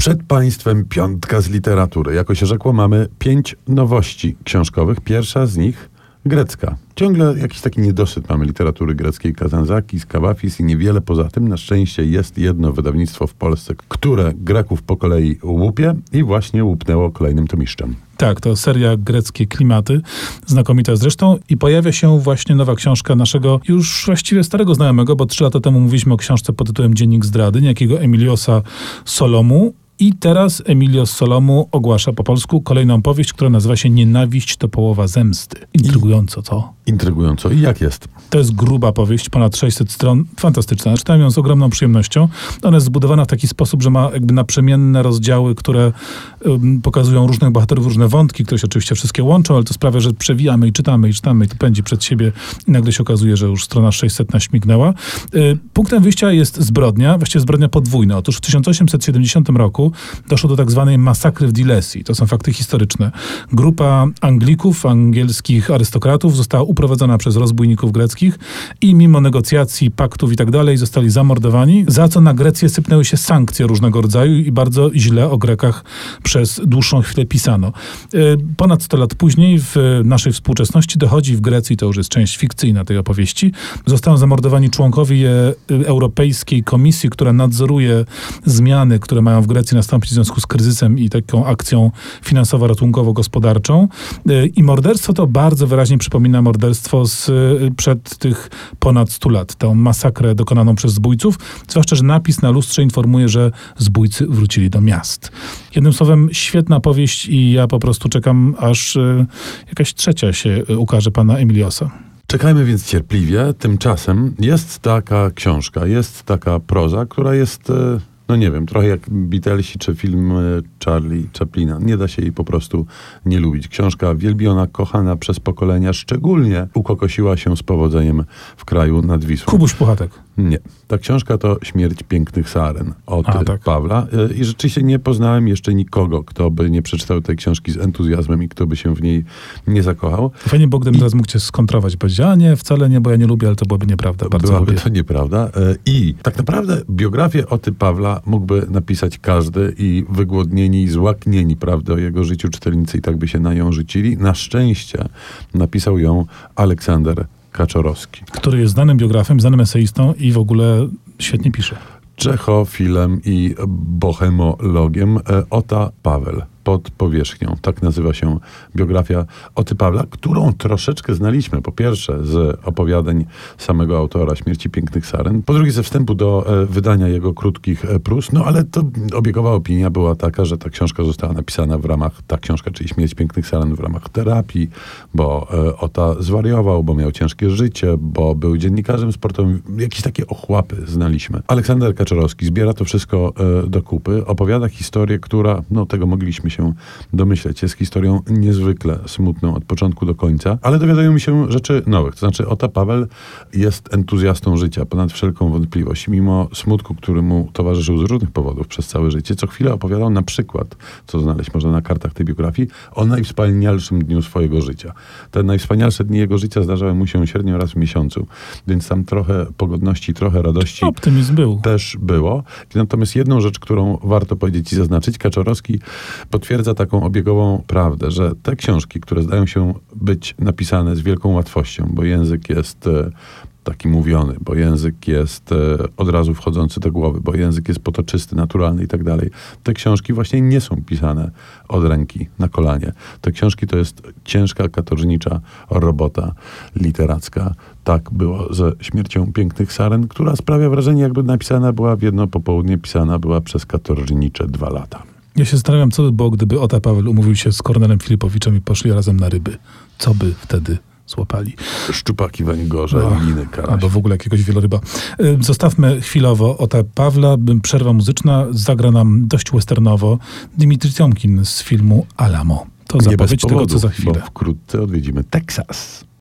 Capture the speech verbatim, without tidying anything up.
Przed Państwem piątka z literatury. Jako się rzekło, mamy pięć nowości książkowych. Pierwsza z nich grecka. Ciągle jakiś taki niedosyt mamy literatury greckiej, Kazantzakis, Kavafis i niewiele poza tym. Na szczęście jest jedno wydawnictwo w Polsce, które Greków po kolei łupie i właśnie łupnęło kolejnym tomiszczem. Tak, to seria Greckie Klimaty, znakomita zresztą, i pojawia się właśnie nowa książka naszego już właściwie starego znajomego, bo trzy lata temu mówiliśmy o książce pod tytułem Dziennik zdrady, niejakiego Emiliosa Solomu. I teraz Emilios Solomu ogłasza po polsku kolejną powieść, która nazywa się Nienawiść to połowa zemsty. Intrygująco, co? Intrygująco. I jak jest? To jest gruba powieść, ponad sześćset stron, fantastyczna. Czytałem ją z ogromną przyjemnością. Ona jest zbudowana w taki sposób, że ma jakby naprzemienne rozdziały, które um, pokazują różnych bohaterów, różne wątki, które się oczywiście wszystkie łączą, ale to sprawia, że przewijamy i czytamy, i czytamy, i to pędzi przed siebie i nagle się okazuje, że już strona sześćset śmignęła. Y, punktem wyjścia jest zbrodnia, właściwie zbrodnia podwójna. Otóż w tysiąc osiemset siedemdziesiątym roku doszło do tak zwanej masakry w Dilesji. To są fakty historyczne. Grupa Anglików, angielskich arystokratów została uprowadzona przez rozbójników greckich i mimo negocjacji, paktów i tak dalej zostali zamordowani, za co na Grecję sypnęły się sankcje różnego rodzaju i bardzo źle o Grekach przez dłuższą chwilę pisano. Ponad sto lat później w naszej współczesności dochodzi w Grecji, to już jest część fikcyjna tej opowieści, zostają zamordowani członkowie Europejskiej Komisji, która nadzoruje zmiany, które mają w Grecji nastąpić w związku z kryzysem i taką akcją finansowo-ratunkowo-gospodarczą. I morderstwo to bardzo wyraźnie przypomina morderstwo z przed tych ponad stu lat. Tą masakrę dokonaną przez zbójców. Zwłaszcza, że napis na lustrze informuje, że zbójcy wrócili do miast. Jednym słowem, świetna powieść i ja po prostu czekam, aż y, jakaś trzecia się ukaże pana Emiliosa. Czekajmy więc cierpliwie. Tymczasem jest taka książka, jest taka proza, która jest... Y- No nie wiem, trochę jak Beatlesi czy film Charlie Chaplina. Nie da się jej po prostu nie lubić. Książka wielbiona, kochana przez pokolenia, szczególnie ukokosiła się z powodzeniem w kraju nad Wisłą. Kubuś Puchatek. Nie. Ta książka to Śmierć pięknych saren od A, tak. Pawła. I rzeczywiście nie poznałem jeszcze nikogo, kto by nie przeczytał tej książki z entuzjazmem i kto by się w niej nie zakochał. Fajnie, bo gdybym I... teraz mógł cię skontrować i powiedzieć, a nie, wcale nie, bo ja nie lubię, ale to byłoby nieprawda. Bardzo Byłaby lubię. to nieprawda. I tak naprawdę biografię Oty Pawła mógłby napisać każdy i wygłodnieni i złaknieni prawdy o jego życiu czytelnicy i tak by się na nią rzucili. Na szczęście napisał ją Aleksander Kaczorowski, który jest znanym biografem, znanym eseistą i w ogóle świetnie pisze. Czechofilem i bohemologiem. Ota Paweł. Pod powierzchnią. Tak nazywa się biografia Oty Pawła, którą troszeczkę znaliśmy. Po pierwsze z opowiadań samego autora Śmierci pięknych saren. Po drugie ze wstępu do e, wydania jego krótkich e, prós. No ale to obiegowa opinia była taka, że ta książka została napisana w ramach, ta książka, czyli Śmierć pięknych saren w ramach terapii, bo e, Ota zwariował, bo miał ciężkie życie, bo był dziennikarzem sportowym. Jakieś takie ochłapy znaliśmy. Aleksander Kaczorowski zbiera to wszystko e, do kupy. Opowiada historię, która, no tego mogliśmy się domyśleć. Jest historią niezwykle smutną od początku do końca, ale dowiadują mi się rzeczy nowych. To znaczy Ota Paweł jest entuzjastą życia, ponad wszelką wątpliwość. Mimo smutku, który mu towarzyszył z różnych powodów przez całe życie, co chwilę opowiadał na przykład, co znaleźć można na kartach tej biografii, o najwspanialszym dniu swojego życia. Te najwspanialsze dni jego życia zdarzały mu się średnio raz w miesiącu, więc tam trochę pogodności, trochę radości Optymizm był. też było. Natomiast jedną rzecz, którą warto powiedzieć i zaznaczyć, Kaczorowski potwierdza taką obiegową prawdę, że te książki, które zdają się być napisane z wielką łatwością, bo język jest e, taki mówiony, bo język jest e, od razu wchodzący do głowy, bo język jest potoczysty, naturalny i tak dalej. Te książki właśnie nie są pisane od ręki na kolanie. Te książki to jest ciężka, katorżnicza robota literacka. Tak było ze Śmiercią pięknych saren, która sprawia wrażenie, jakby napisana była w jedno popołudnie, pisana była przez katorżnicze dwa lata. Ja się zastanawiam, co by było, gdyby Ota Paweł umówił się z Kornelem Filipowiczem i poszli razem na ryby. Co by wtedy złapali? Szczupaki węgorza no, i liny karaś. Albo w ogóle jakiegoś wieloryba. Zostawmy chwilowo Ota Pawła. Przerwa muzyczna zagra nam dość westernowo Dimitri Tiomkin z filmu Alamo. To zapowiedź tego, co za chwilę. Bo wkrótce odwiedzimy Teksas.